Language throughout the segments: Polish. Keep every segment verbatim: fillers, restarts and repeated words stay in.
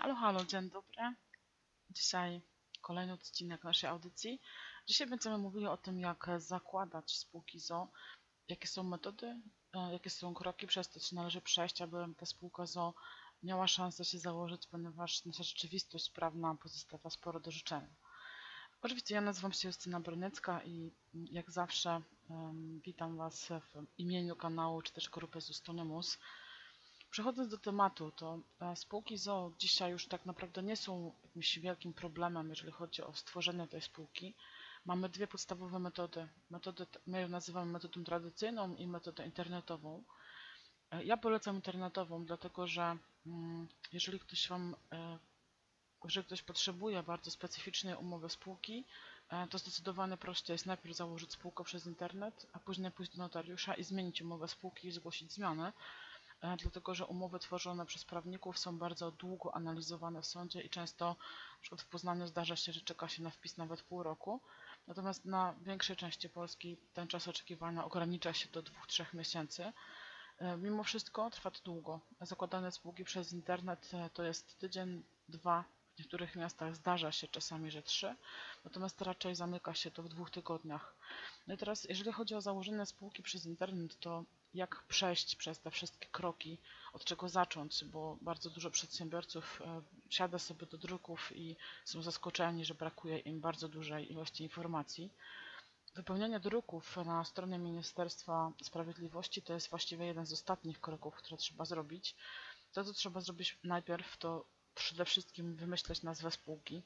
Halo, halo, dzień dobry. Dzisiaj kolejny odcinek naszej audycji. Dzisiaj będziemy mówili o tym, jak zakładać spółki z o o, jakie są metody, e, jakie są kroki przez to, czy należy przejść, aby ta spółka z o o miała szansę się założyć, ponieważ nasza rzeczywistość prawna pozostawia sporo do życzenia. Oczywiście ja nazywam się Justyna Broniecka i jak zawsze um, witam Was w imieniu kanału, czy też grupy Zustonymus. Przechodząc do tematu, to e, spółki z o o dzisiaj już tak naprawdę nie są jakimś wielkim problemem, jeżeli chodzi o stworzenie tej spółki. Mamy dwie podstawowe metody. Metodę, my ją nazywamy metodą tradycyjną i metodę internetową. E, Ja polecam internetową, dlatego że mm, jeżeli ktoś wam, e, jeżeli ktoś potrzebuje bardzo specyficznej umowy spółki, e, to zdecydowanie prościej jest najpierw założyć spółkę przez internet, a później pójść do notariusza i zmienić umowę spółki i zgłosić zmianę. Dlatego że umowy tworzone przez prawników są bardzo długo analizowane w sądzie i często, na przykład w Poznaniu zdarza się, że czeka się na wpis nawet pół roku. Natomiast na większej części Polski ten czas oczekiwania ogranicza się do dwóch trzech miesięcy. Mimo wszystko trwa to długo. Zakładane spółki przez internet to jest tydzień, dwa, w niektórych miastach zdarza się czasami, że trzy, natomiast raczej zamyka się to w dwóch tygodniach. No i teraz, jeżeli chodzi o założenie spółki przez internet, to jak przejść przez te wszystkie kroki, od czego zacząć, bo bardzo dużo przedsiębiorców e, siada sobie do druków i są zaskoczeni, że brakuje im bardzo dużej ilości informacji. Wypełnianie druków na stronie Ministerstwa Sprawiedliwości to jest właściwie jeden z ostatnich kroków, które trzeba zrobić. To, co trzeba zrobić najpierw, to przede wszystkim wymyśleć nazwę spółki.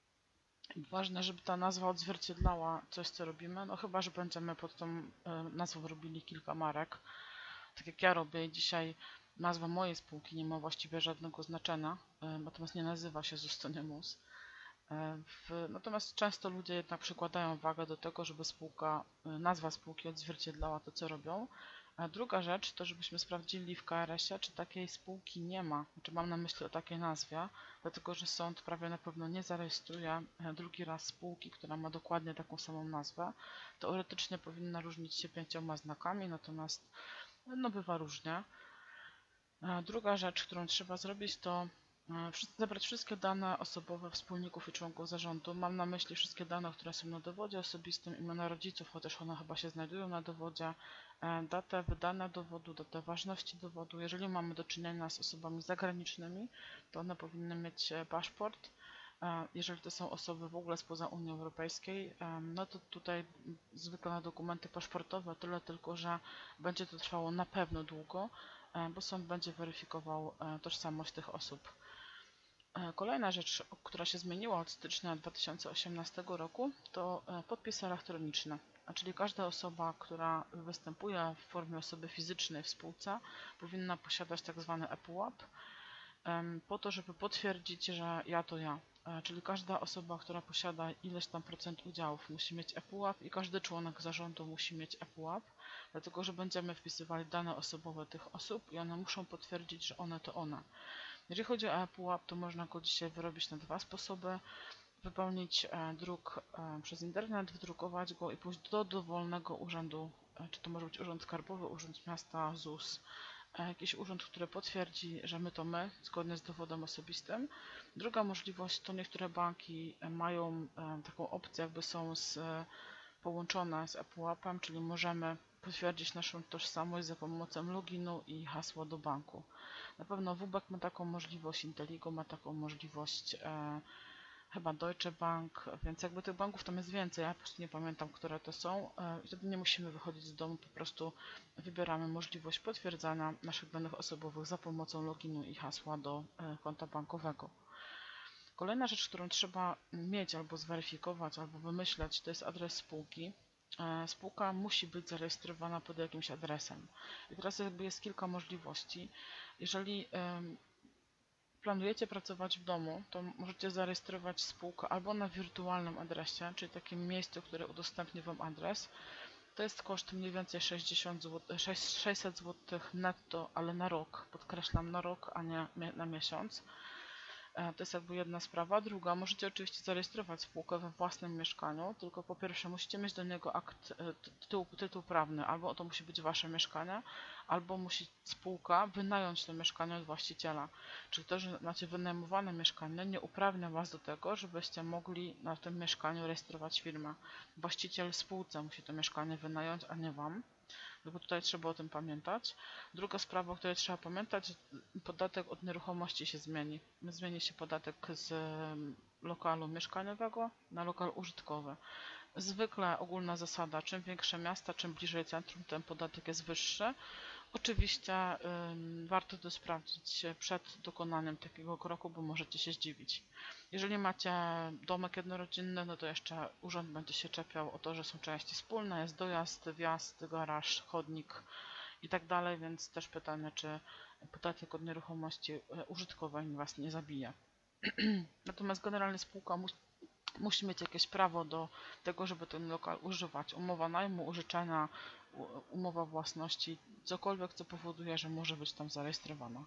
Ważne, żeby ta nazwa odzwierciedlała coś, co robimy, no chyba, że będziemy pod tą nazwą robili kilka marek. Tak jak ja robię dzisiaj, nazwa mojej spółki nie ma właściwie żadnego znaczenia, natomiast nie nazywa się Zustonymus. Natomiast często ludzie jednak przykładają wagę do tego, żeby spółka, nazwa spółki odzwierciedlała to, co robią. A druga rzecz to, żebyśmy sprawdzili w K R S ie, czy takiej spółki nie ma, czy mam na myśli o takiej nazwie, dlatego że sąd prawie na pewno nie zarejestruje drugi raz spółki, która ma dokładnie taką samą nazwę. Teoretycznie powinna różnić się pięcioma znakami, natomiast no bywa różnie. Druga rzecz, którą trzeba zrobić, to zebrać wszystkie dane osobowe wspólników i członków zarządu. Mam na myśli wszystkie dane, które są na dowodzie osobistym, imiona rodziców, chociaż one chyba się znajdują na dowodzie, datę wydania dowodu, datę ważności dowodu. Jeżeli mamy do czynienia z osobami zagranicznymi, to one powinny mieć paszport. Jeżeli to są osoby w ogóle spoza Unii Europejskiej, no to tutaj zwykle na dokumenty paszportowe, tyle tylko, że będzie to trwało na pewno długo, bo sąd będzie weryfikował tożsamość tych osób. Kolejna rzecz, która się zmieniła od stycznia dwa tysiące osiemnastego roku, to podpis elektroniczny. Czyli każda osoba, która występuje w formie osoby fizycznej w spółce, powinna posiadać tak zwany ePUAP, po to, żeby potwierdzić, że ja to ja. Czyli każda osoba, która posiada ileś tam procent udziałów, musi mieć ePUAP i każdy członek zarządu musi mieć ePUAP, dlatego że będziemy wpisywali dane osobowe tych osób i one muszą potwierdzić, że one to one. Jeżeli chodzi o ePUAP, to można go dzisiaj wyrobić na dwa sposoby. Wypełnić druk przez internet, wydrukować go i pójść do dowolnego urzędu, czy to może być urząd skarbowy, urząd miasta, ZUS, jakiś urząd, który potwierdzi, że my to my, zgodnie z dowodem osobistym. Druga możliwość to niektóre banki mają taką opcję, jakby są z, połączone z ePUAP-em, czyli możemy potwierdzić naszą tożsamość za pomocą loginu i hasła do banku. Na pewno W B K ma taką możliwość, Inteligo ma taką możliwość, e, chyba Deutsche Bank, więc jakby tych banków tam jest więcej, ja po prostu nie pamiętam, które to są i wtedy nie musimy wychodzić z domu, po prostu wybieramy możliwość potwierdzania naszych danych osobowych za pomocą loginu i hasła do konta bankowego. Kolejna rzecz, którą trzeba mieć albo zweryfikować, albo wymyśleć, to jest adres spółki. Spółka musi być zarejestrowana pod jakimś adresem. I teraz jakby jest kilka możliwości. Jeżeli planujecie pracować w domu, to możecie zarejestrować spółkę albo na wirtualnym adresie, czyli takim miejscu, które udostępni Wam adres. To jest koszt mniej więcej sześćdziesiąt złotych, sześćset złotych netto, ale na rok, podkreślam na rok, a nie na miesiąc. E, To jest jakby jedna sprawa. Druga, możecie oczywiście zarejestrować spółkę we własnym mieszkaniu, tylko po pierwsze musicie mieć do niego akt, e, tytuł, tytuł prawny, albo to musi być wasze mieszkanie, albo musi spółka wynająć to mieszkanie od właściciela. Czyli to, że macie wynajmowane mieszkanie, nie uprawnia was do tego, żebyście mogli na tym mieszkaniu rejestrować firmę. Właściciel spółce musi to mieszkanie wynająć, a nie wam. Bo tutaj trzeba o tym pamiętać. Druga sprawa, o której trzeba pamiętać, że podatek od nieruchomości się zmieni. Zmieni się podatek z lokalu mieszkaniowego na lokal użytkowy. Zwykle ogólna zasada, czym większe miasta, czym bliżej centrum, tym podatek jest wyższy. Oczywiście ym, warto to sprawdzić przed dokonaniem takiego kroku, bo możecie się zdziwić. Jeżeli macie domek jednorodzinny, no to jeszcze urząd będzie się czepiał o to, że są części wspólne, jest dojazd, wjazd, garaż, chodnik i tak dalej, więc też pytanie, czy podatek od nieruchomości użytkowej was nie zabije. Natomiast generalnie spółka mu musi mieć jakieś prawo do tego, żeby ten lokal używać. Umowa najmu, użyczenia, umowa własności, cokolwiek, co powoduje, że może być tam zarejestrowana.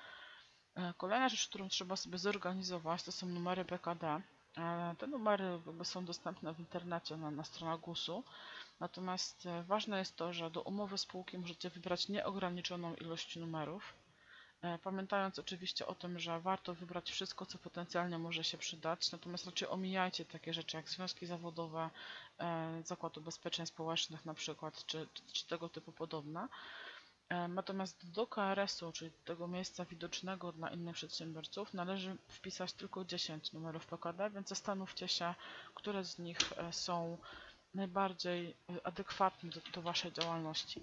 Kolejna rzecz, którą trzeba sobie zorganizować, to są numery B K D. Te numery jakby są dostępne w internecie na, na stronach gusu. Natomiast ważne jest to, że do umowy spółki możecie wybrać nieograniczoną ilość numerów. Pamiętając oczywiście o tym, że warto wybrać wszystko, co potencjalnie może się przydać, natomiast raczej omijajcie takie rzeczy jak związki zawodowe, Zakład Ubezpieczeń Społecznych na przykład, czy, czy tego typu podobne. Natomiast do K R S u, czyli tego miejsca widocznego dla innych przedsiębiorców, należy wpisać tylko dziesięć numerów P K D, więc zastanówcie się, które z nich są najbardziej adekwatne do, do waszej działalności.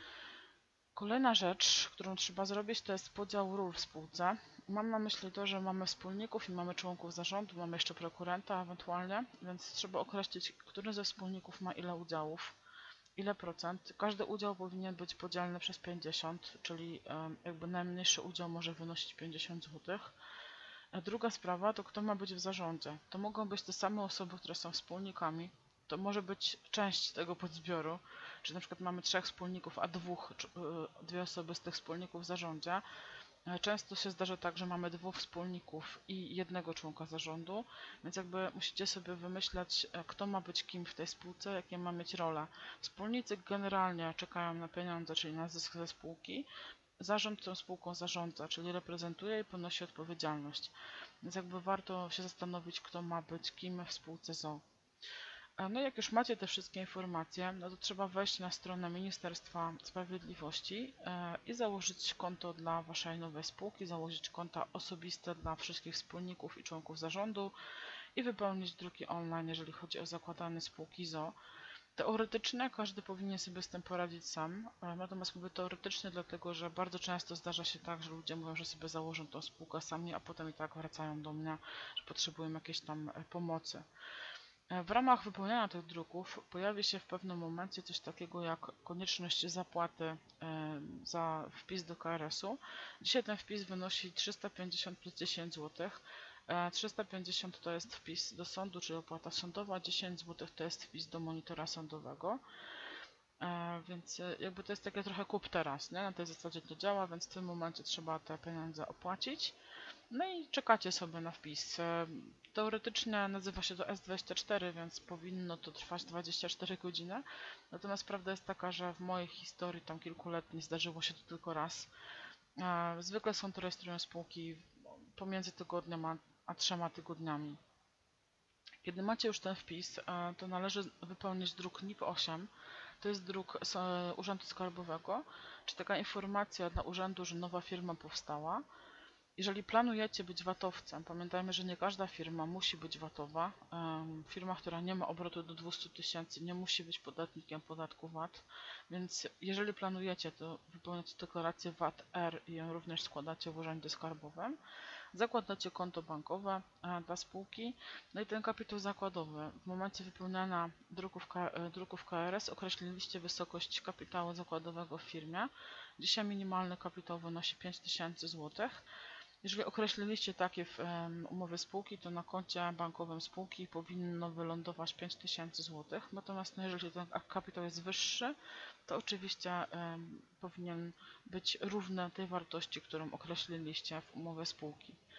Kolejna rzecz, którą trzeba zrobić, to jest podział ról w spółce. Mam na myśli to, że mamy wspólników i mamy członków zarządu, mamy jeszcze prokurenta ewentualnie, więc trzeba określić, który ze wspólników ma ile udziałów, ile procent. Każdy udział powinien być podzielny przez pięćdziesiąt, czyli jakby najmniejszy udział może wynosić pięćdziesiąt złotych. A druga sprawa to kto ma być w zarządzie. To mogą być te same osoby, które są wspólnikami. To może być część tego podzbioru, czy na przykład mamy trzech wspólników, a dwóch, dwie osoby z tych wspólników w zarządzie. Często się zdarza tak, że mamy dwóch wspólników i jednego członka zarządu, więc jakby musicie sobie wymyślać, kto ma być kim w tej spółce, jakie ma mieć rolę. Wspólnicy generalnie czekają na pieniądze, czyli na zysk ze spółki. Zarząd tą spółką zarządza, czyli reprezentuje i ponosi odpowiedzialność. Więc jakby warto się zastanowić, kto ma być kim w spółce z o o. No i jak już macie te wszystkie informacje, no to trzeba wejść na stronę Ministerstwa Sprawiedliwości i założyć konto dla waszej nowej spółki, założyć konta osobiste dla wszystkich wspólników i członków zarządu i wypełnić druki online, jeżeli chodzi o zakładane spółki z o o. Teoretycznie każdy powinien sobie z tym poradzić sam, natomiast mówię teoretycznie dlatego, że bardzo często zdarza się tak, że ludzie mówią, że sobie założą tą spółkę sami, a potem i tak wracają do mnie, że potrzebują jakiejś tam pomocy. W ramach wypełniania tych druków pojawi się w pewnym momencie coś takiego jak konieczność zapłaty za wpis do K R S u. Dzisiaj ten wpis wynosi trzysta pięćdziesiąt plus dziesięć złotych. trzysta pięćdziesiąt to jest wpis do sądu, czyli opłata sądowa, dziesięć złotych to jest wpis do monitora sądowego. Więc jakby to jest takie trochę kup teraz, nie? Na tej zasadzie to działa, więc w tym momencie trzeba te pieniądze opłacić. No i czekacie sobie na wpis. Teoretycznie nazywa się to S dwadzieścia cztery, więc powinno to trwać dwadzieścia cztery godziny. Natomiast prawda jest taka, że w mojej historii tam kilkuletniej zdarzyło się to tylko raz. Zwykle są to rejestrują spółki pomiędzy tygodniem a, a trzema tygodniami. Kiedy macie już ten wpis, to należy wypełnić druk N I P osiem. To jest druk Urzędu Skarbowego, czy taka informacja dla urzędu, że nowa firma powstała. Jeżeli planujecie być vatowcem, pamiętajmy, że nie każda firma musi być vatowa. Firma, która nie ma obrotu do dwieście tysięcy, nie musi być podatnikiem podatku V A T, więc jeżeli planujecie, to wypełniacie deklarację V A T R i ją również składacie w Urzędzie Skarbowym. Zakładacie konto bankowe dla spółki, no i ten kapitał zakładowy. W momencie wypełniania druków, druków K R S określiliście wysokość kapitału zakładowego w firmie. Dzisiaj minimalny kapitał wynosi pięć tysięcy złotych. Jeżeli określiliście takie w umowie spółki, to na koncie bankowym spółki powinno wylądować pięć tysięcy złotych. Natomiast no, jeżeli ten kapitał jest wyższy, to oczywiście um, powinien być równy tej wartości, którą określiliście w umowie spółki.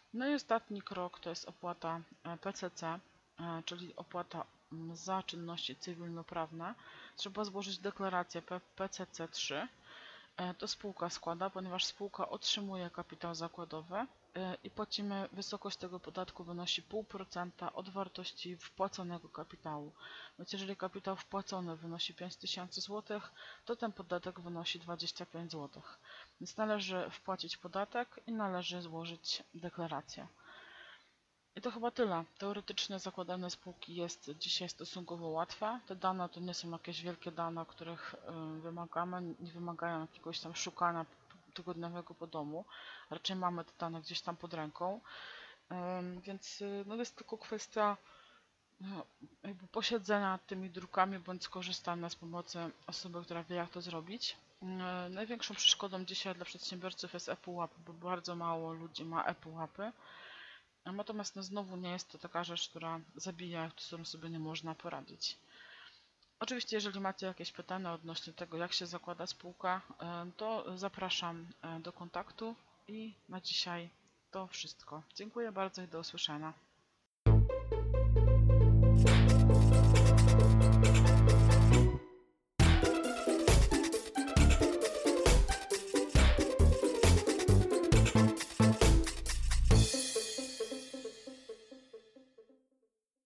No i ostatni krok to jest opłata e, P C C, e, czyli opłata mm, za czynności cywilnoprawne. Trzeba złożyć deklarację P C C trzy. E, To spółka składa, ponieważ spółka otrzymuje kapitał zakładowy e, i płacimy, wysokość tego podatku wynosi zero przecinek pięć procent od wartości wpłaconego kapitału. Więc jeżeli kapitał wpłacony wynosi pięć tysięcy złotych, to ten podatek wynosi dwadzieścia pięć złotych. Więc należy wpłacić podatek i należy złożyć deklarację. I to chyba tyle. Teoretycznie zakładane spółki jest dzisiaj stosunkowo łatwe. Te dane to nie są jakieś wielkie dane, których y, wymagamy, nie wymagają jakiegoś tam szukania tygodniowego po domu. Raczej mamy te dane gdzieś tam pod ręką. Ym, Więc y, no jest tylko kwestia no, jakby posiedzenia nad tymi drukami bądź skorzystania z pomocy osoby, która wie jak to zrobić. Yy, Największą przeszkodą dzisiaj dla przedsiębiorców jest ePUAP, bo bardzo mało ludzi ma ePUAPy. Natomiast no znowu nie jest to taka rzecz, która zabija, z którą sobie nie można poradzić. Oczywiście, jeżeli macie jakieś pytania odnośnie tego, jak się zakłada spółka, yy, to zapraszam yy, do kontaktu i na dzisiaj to wszystko. Dziękuję bardzo i do usłyszenia.